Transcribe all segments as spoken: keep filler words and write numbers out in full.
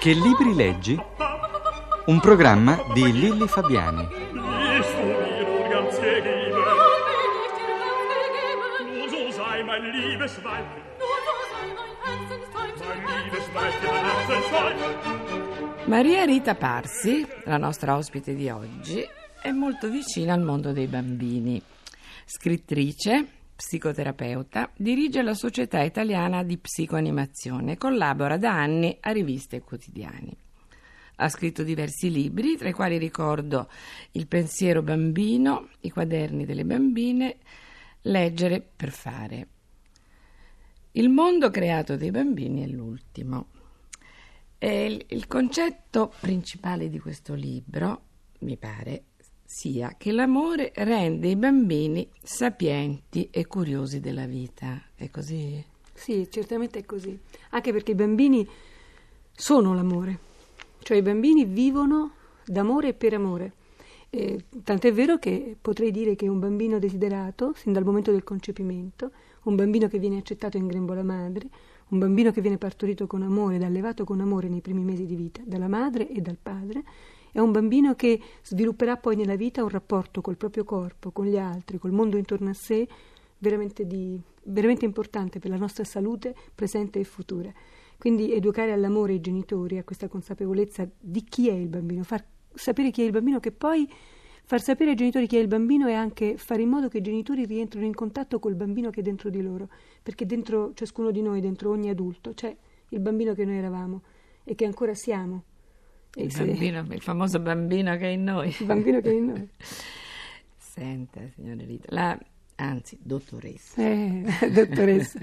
Che libri leggi? Un programma di Lilli Fabiani. Maria Rita Parsi, la nostra ospite di oggi, è molto vicina al mondo dei bambini. Scrittrice, psicoterapeuta, dirige la Società Italiana di Psicoanimazione e collabora da anni a riviste e quotidiani. Ha scritto diversi libri, tra i quali ricordo Il pensiero bambino, I quaderni delle bambine, Leggere per fare. Il mondo creato dai bambini è l'ultimo. E il, il concetto principale di questo libro, mi pare, sia che l'amore rende i bambini sapienti e curiosi della vita. È così? Sì, certamente è così. Anche perché i bambini sono l'amore. Cioè i bambini vivono d'amore e per amore. Eh, tant'è vero che potrei dire che un bambino desiderato, sin dal momento del concepimento, un bambino che viene accettato in grembo alla madre, un bambino che viene partorito con amore ed allevato con amore nei primi mesi di vita, dalla madre e dal padre, è un bambino che svilupperà poi nella vita un rapporto col proprio corpo, con gli altri, col mondo intorno a sé, veramente, di, veramente importante per la nostra salute presente e futura. Quindi educare all'amore i genitori, a questa consapevolezza di chi è il bambino, far sapere chi è il bambino, che poi far sapere ai genitori chi è il bambino è anche fare in modo che i genitori rientrino in contatto col bambino che è dentro di loro, perché dentro ciascuno di noi, dentro ogni adulto, c'è il bambino che noi eravamo e che ancora siamo. Il, se... bambino, il famoso bambino che è in noi. Il bambino che è in noi. Senta, signora Rita, la, anzi, dottoressa. Eh, dottoressa.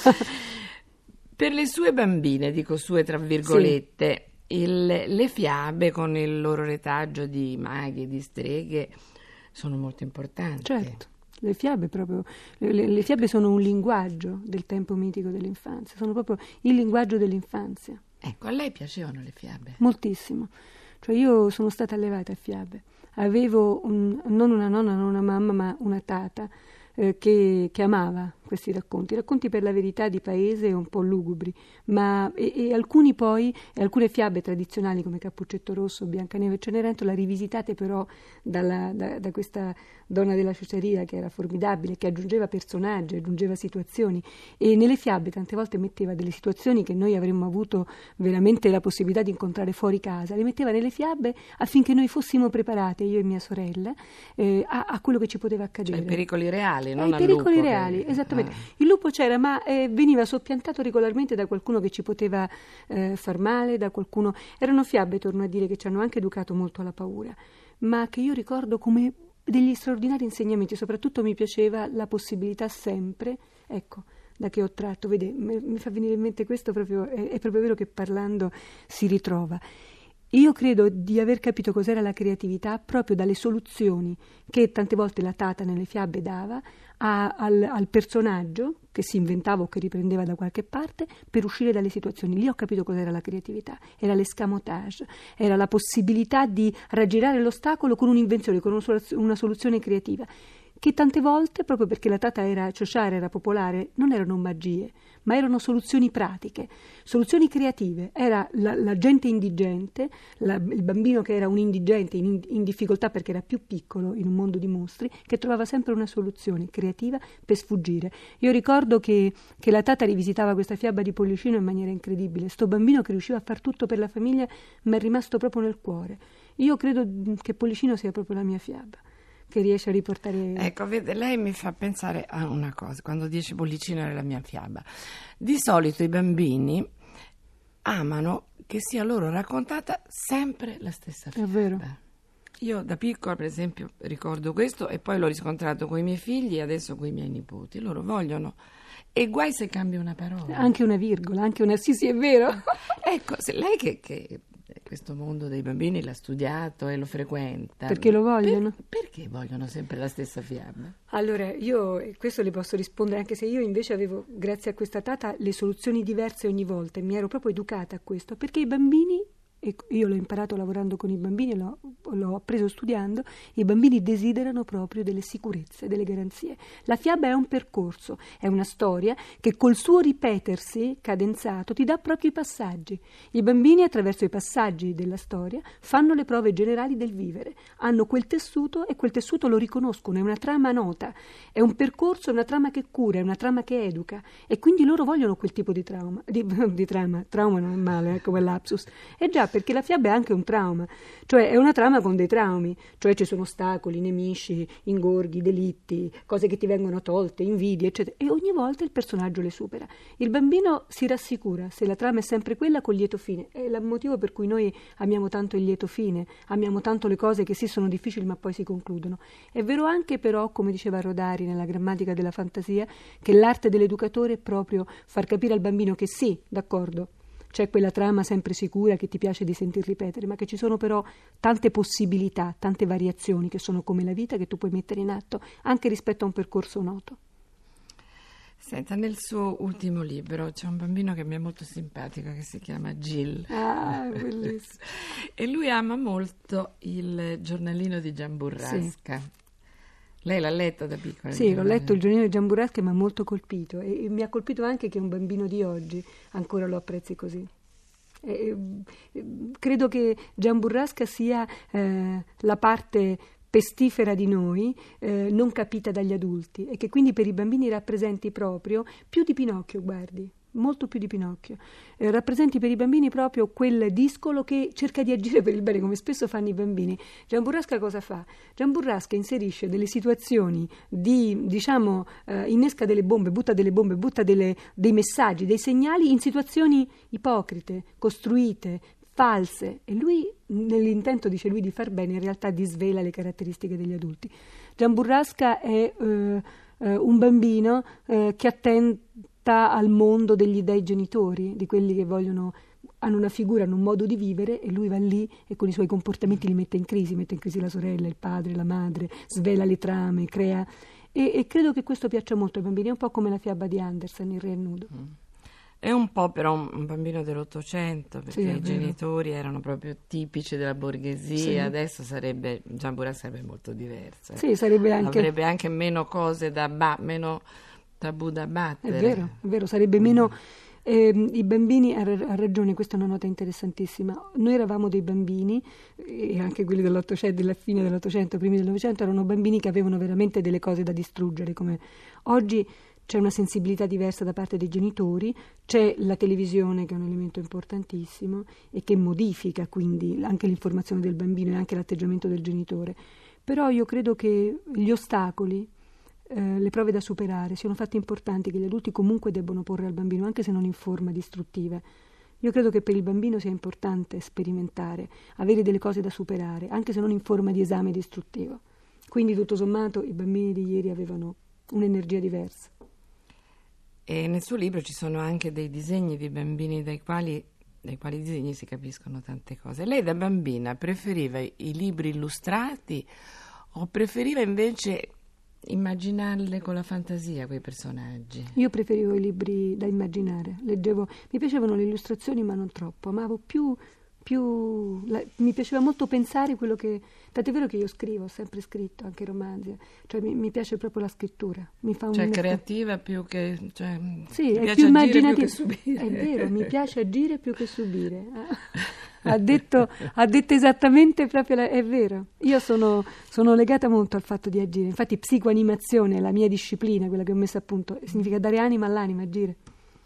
Per le sue bambine, dico sue tra virgolette, sì. il, le fiabe con il loro retaggio di maghi e di streghe sono molto importanti. Certo, le fiabe proprio, le, le fiabe sono un linguaggio del tempo mitico dell'infanzia, sono proprio il linguaggio dell'infanzia. Ecco, a lei piacevano le fiabe? Moltissimo. Cioè io sono stata allevata a fiabe. Avevo un, non una nonna, non una mamma, ma una tata eh, che, che amava questi racconti, racconti per la verità di paese un po' lugubri, ma e, e alcuni poi, e alcune fiabe tradizionali come Cappuccetto Rosso, Biancaneve e Cenerentola, rivisitate però dalla, da, da questa donna della ciociaria che era formidabile, che aggiungeva personaggi, aggiungeva situazioni, e nelle fiabe tante volte metteva delle situazioni che noi avremmo avuto veramente la possibilità di incontrare fuori casa, le metteva nelle fiabe affinché noi fossimo preparate, io e mia sorella, eh, a, a quello che ci poteva accadere. Cioè, pericoli reali, non ai al pericoli lupo reali, che... esattamente. Ah. Il lupo c'era, ma eh, veniva soppiantato regolarmente da qualcuno che ci poteva eh, far male, da qualcuno. Erano fiabe, torno a dire, che ci hanno anche educato molto alla paura, ma che io ricordo come degli straordinari insegnamenti. Soprattutto mi piaceva la possibilità sempre, ecco, da che ho tratto, vede, mi, mi fa venire in mente questo proprio, è, è proprio vero che parlando si ritrova. Io credo di aver capito cos'era la creatività proprio dalle soluzioni che tante volte la tata nelle fiabe dava a, al, al personaggio che si inventava o che riprendeva da qualche parte per uscire dalle situazioni. Lì ho capito cos'era la creatività, era l'escamotage, era la possibilità di raggirare l'ostacolo con un'invenzione, con una soluzione creativa, che tante volte, proprio perché la tata era ciociara, era popolare, non erano magie, ma erano soluzioni pratiche, soluzioni creative. Era la, la gente indigente, la, il bambino che era un indigente in, in difficoltà perché era più piccolo in un mondo di mostri, che trovava sempre una soluzione creativa per sfuggire. Io ricordo che, che la tata rivisitava questa fiaba di Pollicino in maniera incredibile. Sto bambino che riusciva a far tutto per la famiglia mi è rimasto proprio nel cuore. Io credo che Pollicino sia proprio la mia fiaba, che riesce a riportare... Ecco, vede, lei mi fa pensare a una cosa, quando dice Pollicino era la mia fiaba. Di solito i bambini amano che sia loro raccontata sempre la stessa fiaba. È vero. Io da piccola, per esempio, ricordo questo e poi l'ho riscontrato con i miei figli e adesso con i miei nipoti. Loro vogliono, e guai se cambia una parola. Anche una virgola, anche una... Sì, sì, è vero. Ecco, se lei che... che questo mondo dei bambini l'ha studiato e lo frequenta. Perché lo vogliono? Per, perché vogliono sempre la stessa fiaba? Allora, io questo le posso rispondere, anche se io invece avevo, grazie a questa tata, le soluzioni diverse ogni volta e mi ero proprio educata a questo, perché i bambini e io l'ho imparato lavorando con i bambini, l'ho, l'ho appreso studiando, i bambini desiderano proprio delle sicurezze, delle garanzie. La fiaba è un percorso, è una storia che col suo ripetersi cadenzato ti dà proprio i passaggi. I bambini attraverso i passaggi della storia fanno le prove generali del vivere, hanno quel tessuto e quel tessuto lo riconoscono, è una trama nota, è un percorso, è una trama che cura, è una trama che educa e quindi loro vogliono quel tipo di trauma, di, di trama, trauma non è male, come lapsus, è già perché la fiaba è anche un trauma, cioè è una trama con dei traumi, cioè ci sono ostacoli, nemici, ingorghi, delitti, cose che ti vengono tolte, invidie, eccetera, e ogni volta il personaggio le supera. Il bambino si rassicura se la trama è sempre quella col lieto fine, è il motivo per cui noi amiamo tanto il lieto fine, amiamo tanto le cose che sì sono difficili ma poi si concludono. È vero anche però, come diceva Rodari nella grammatica della fantasia, che l'arte dell'educatore è proprio far capire al bambino che sì, d'accordo, c'è quella trama sempre sicura che ti piace di sentir ripetere, ma che ci sono però tante possibilità, tante variazioni che sono come la vita che tu puoi mettere in atto anche rispetto a un percorso noto. Senta, nel suo ultimo libro c'è un bambino che mi è molto simpatico che si chiama Gil. Ah, bellissimo. E lui ama molto il giornalino di Gian Burrasca. Sì. Lei l'ha letto da piccola? Sì, l'ho letto il giornalino di Gian Burrasca e mi ha molto colpito e, e mi ha colpito anche che un bambino di oggi ancora lo apprezzi così. E, e, credo che Gian Burrasca sia eh, la parte pestifera di noi, eh, non capita dagli adulti e che quindi per i bambini rappresenti proprio più di Pinocchio, guardi, molto più di Pinocchio, eh, rappresenti per i bambini proprio quel discolo che cerca di agire per il bene, come spesso fanno i bambini. Gian Burrasca cosa fa? Gian Burrasca inserisce delle situazioni di, diciamo, eh, innesca delle bombe, butta delle bombe, butta delle, dei messaggi, dei segnali in situazioni ipocrite, costruite, false, e lui nell'intento, dice lui, di far bene in realtà disvela le caratteristiche degli adulti. Gian Burrasca è eh, eh, un bambino eh, che attenta al mondo degli dei genitori, di quelli che vogliono, hanno una figura, hanno un modo di vivere e lui va lì e con i suoi comportamenti li mette in crisi, mette in crisi la sorella, il padre, la madre, svela le trame, crea e, e credo che questo piaccia molto ai bambini, è un po' come la fiaba di Andersen, Il re nudo. Mm. È un po' però un bambino dell'Ottocento, perché sì, i genitori erano proprio tipici della borghesia, sì. Adesso sarebbe, Gian Burrasca sarebbe molto diverso. Sì, sarebbe anche... Avrebbe anche meno cose da ba- meno tabù da battere. È vero, è vero, sarebbe meno... Eh, i bambini, ha ragione, questa è una nota interessantissima, noi eravamo dei bambini e anche quelli dell'Ottocento, della fine dell'Ottocento, primi del Novecento, erano bambini che avevano veramente delle cose da distruggere, come oggi c'è una sensibilità diversa da parte dei genitori, c'è la televisione che è un elemento importantissimo e che modifica quindi anche l'informazione del bambino e anche l'atteggiamento del genitore, però io credo che gli ostacoli, eh, le prove da superare siano fatti importanti che gli adulti comunque debbono porre al bambino, anche se non in forma distruttiva. Io credo che per il bambino sia importante sperimentare, avere delle cose da superare, anche se non in forma di esame distruttivo. Quindi tutto sommato i bambini di ieri avevano un'energia diversa. E nel suo libro ci sono anche dei disegni di bambini dai quali, dai quali disegni si capiscono tante cose. Lei da bambina preferiva i libri illustrati o preferiva invece immaginarle con la fantasia quei personaggi? Io preferivo i libri da immaginare, leggevo, mi piacevano le illustrazioni ma non troppo, amavo più, più la, mi piaceva molto pensare quello che, tant'è vero che io scrivo, ho sempre scritto, anche romanzi, cioè mi, mi piace proprio la scrittura, mi fa un cioè effetto... creativa più che, cioè, sì, mi è piace più immaginativa, più che subire. È vero, mi piace agire più che subire. Ha detto, ha detto esattamente proprio, la, è vero. Io sono, sono legata molto al fatto di agire. Infatti psicoanimazione è la mia disciplina, quella che ho messo a punto. Significa dare anima all'anima, agire.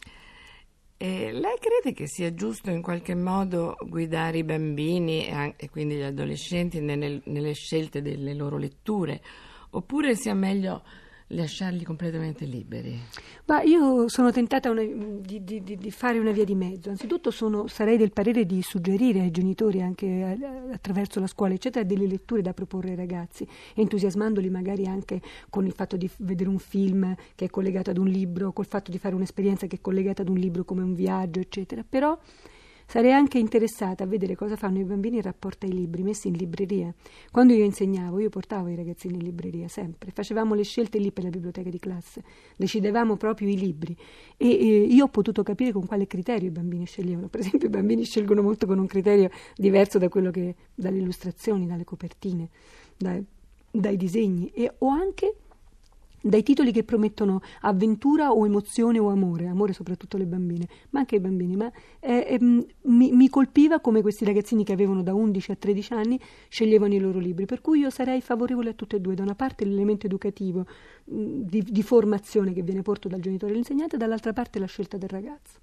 E lei crede che sia giusto in qualche modo guidare i bambini e, anche, e quindi gli adolescenti nelle, nelle scelte delle loro letture? Oppure sia meglio lasciarli completamente liberi? Ma io sono tentata una, di, di, di fare una via di mezzo. Anzitutto sono, sarei del parere di suggerire ai genitori, anche attraverso la scuola eccetera, delle letture da proporre ai ragazzi, entusiasmandoli magari anche con il fatto di vedere un film che è collegato ad un libro, col fatto di fare un'esperienza che è collegata ad un libro come un viaggio eccetera. Però sarei anche interessata a vedere cosa fanno i bambini in rapporto ai libri messi in libreria. Quando io insegnavo, io portavo i ragazzini in libreria sempre, facevamo le scelte lì per la biblioteca di classe, decidevamo proprio i libri e, e io ho potuto capire con quale criterio i bambini sceglievano. Per esempio i bambini scelgono molto con un criterio diverso da quello che dalle illustrazioni, dalle copertine, dai, dai disegni e o anche dai titoli che promettono avventura o emozione o amore, amore soprattutto le bambine, ma anche i bambini. Ma eh, eh, mi, mi colpiva come questi ragazzini che avevano da undici a tredici anni sceglievano i loro libri, per cui io sarei favorevole a tutte e due, da una parte l'elemento educativo mh, di, di formazione che viene portato dal genitore e dall'insegnante, dall'altra parte la scelta del ragazzo.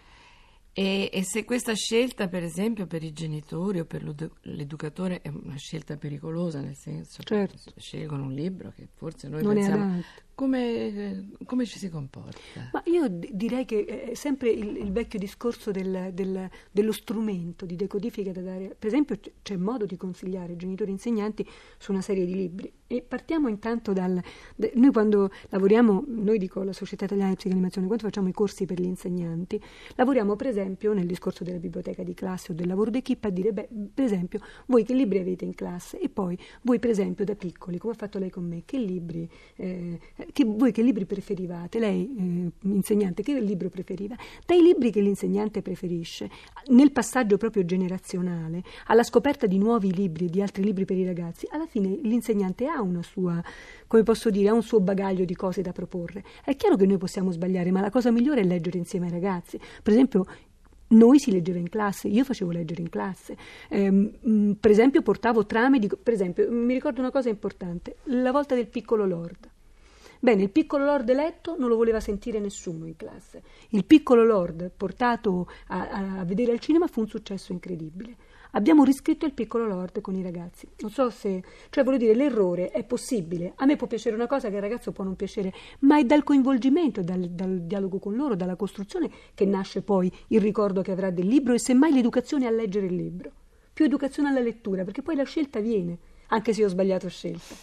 E, e se questa scelta, per esempio, per i genitori o per l'educatore è una scelta pericolosa, nel senso certo. che scelgono un libro che forse noi non pensiamo... Come, come ci si comporta? Ma io d- direi che è sempre il, il vecchio discorso del, del, dello strumento di decodifica da dare. Per esempio c- c'è modo di consigliare genitori e insegnanti su una serie di libri e partiamo intanto dal... d- noi quando lavoriamo, noi dico la Società Italiana di Psicoanimazione, quando facciamo i corsi per gli insegnanti, lavoriamo per esempio nel discorso della biblioteca di classe o del lavoro d'equipe a dire, beh, per esempio, voi che libri avete in classe e poi voi per esempio da piccoli, come ha fatto lei con me, che libri... Eh, Che voi che libri preferivate? Lei, eh, insegnante, che libro preferiva? Dai libri che l'insegnante preferisce, nel passaggio proprio generazionale, alla scoperta di nuovi libri, di altri libri per i ragazzi, alla fine l'insegnante ha una sua, come posso dire, ha un suo bagaglio di cose da proporre. È chiaro che noi possiamo sbagliare, ma la cosa migliore è leggere insieme ai ragazzi. Per esempio, noi si leggeva in classe, io facevo leggere in classe, eh, per esempio portavo trame, di, per esempio mi ricordo una cosa importante, la volta del piccolo Lord. Bene, il piccolo Lord eletto non lo voleva sentire nessuno in classe. Il piccolo Lord portato a, a vedere al cinema fu un successo incredibile. Abbiamo riscritto il piccolo Lord con i ragazzi. Non so se... Cioè, voglio dire, l'errore è possibile. A me può piacere una cosa che al ragazzo può non piacere, ma è dal coinvolgimento, dal, dal dialogo con loro, dalla costruzione che nasce poi il ricordo che avrà del libro e semmai l'educazione a leggere il libro. Più educazione alla lettura, perché poi la scelta viene, anche se io ho sbagliato scelta.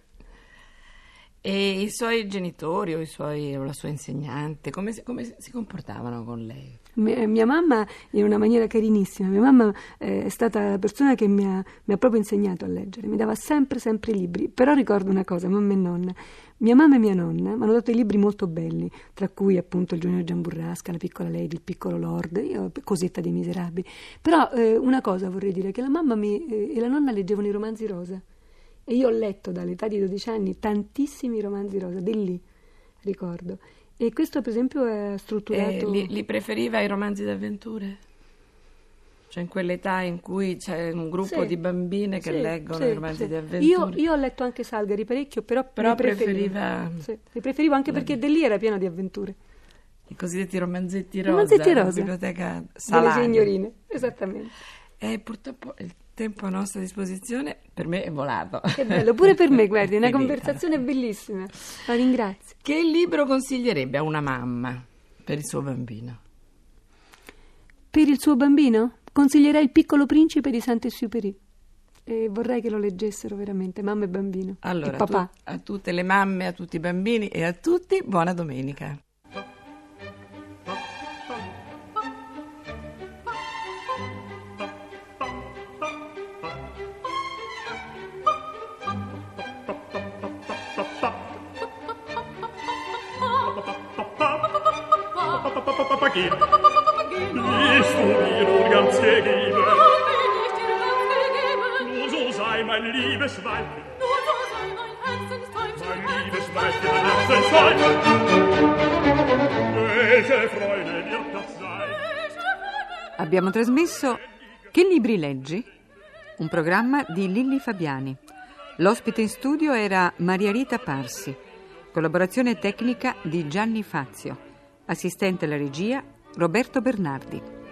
E i suoi genitori o, i suoi, o la sua insegnante, come si, come si comportavano con lei? Mia, mia mamma in una maniera carinissima. Mia mamma eh, è stata la persona che mi ha, mi ha proprio insegnato a leggere, mi dava sempre sempre i libri. Però ricordo una cosa, mamma e nonna, mia mamma e mia nonna mi hanno dato dei libri molto belli, tra cui appunto il Giovane Gian Burrasca, La piccola Lady, Il piccolo Lord, io Cosetta dei Miserabili. Però eh, una cosa vorrei dire, che la mamma mi, eh, e la nonna leggevano i romanzi rosa. E io ho letto dall'età di dodici anni tantissimi romanzi rosa, di lì, ricordo. E questo per esempio è strutturato... E li, li preferiva ai romanzi d'avventure? Cioè in quell'età in cui c'è un gruppo sì, di bambine che sì, leggono sì, i romanzi sì. d'avventure? Io, io ho letto anche Salgari parecchio, però, però li preferivo. preferiva... Sì, li preferivo anche la... perché di lì era pieno di avventure. I cosiddetti romanzetti rosa. Romanzetti rosa. La biblioteca Salaghi. Delle signorine, esattamente. E purtroppo... il tempo a nostra disposizione per me è volato. Che bello, pure per me, guardi, una conversazione bellissima. La ringrazio. Che libro consiglierebbe a una mamma per il suo bambino? Per il suo bambino? Consiglierei Il Piccolo Principe di Saint-Exupéry. E vorrei che lo leggessero veramente, mamma e bambino. Allora, e papà. Tu, a tutte le mamme, a tutti i bambini e a tutti, buona domenica. Willst du mir nun ganz gegeben? Nur so sei mein liebes Weibchen. Nur so sei mein Herzensträumchen. Mein liebes Weibchen, mein Herzensträumchen. Welche Freude wird das sein? Abbiamo trasmesso Che libri leggi? Un programma di Lilli Fabiani. L'ospite in studio era Maria Rita Parsi. Collaborazione tecnica di Gianni Fazio. Assistente alla regia Roberto Bernardi.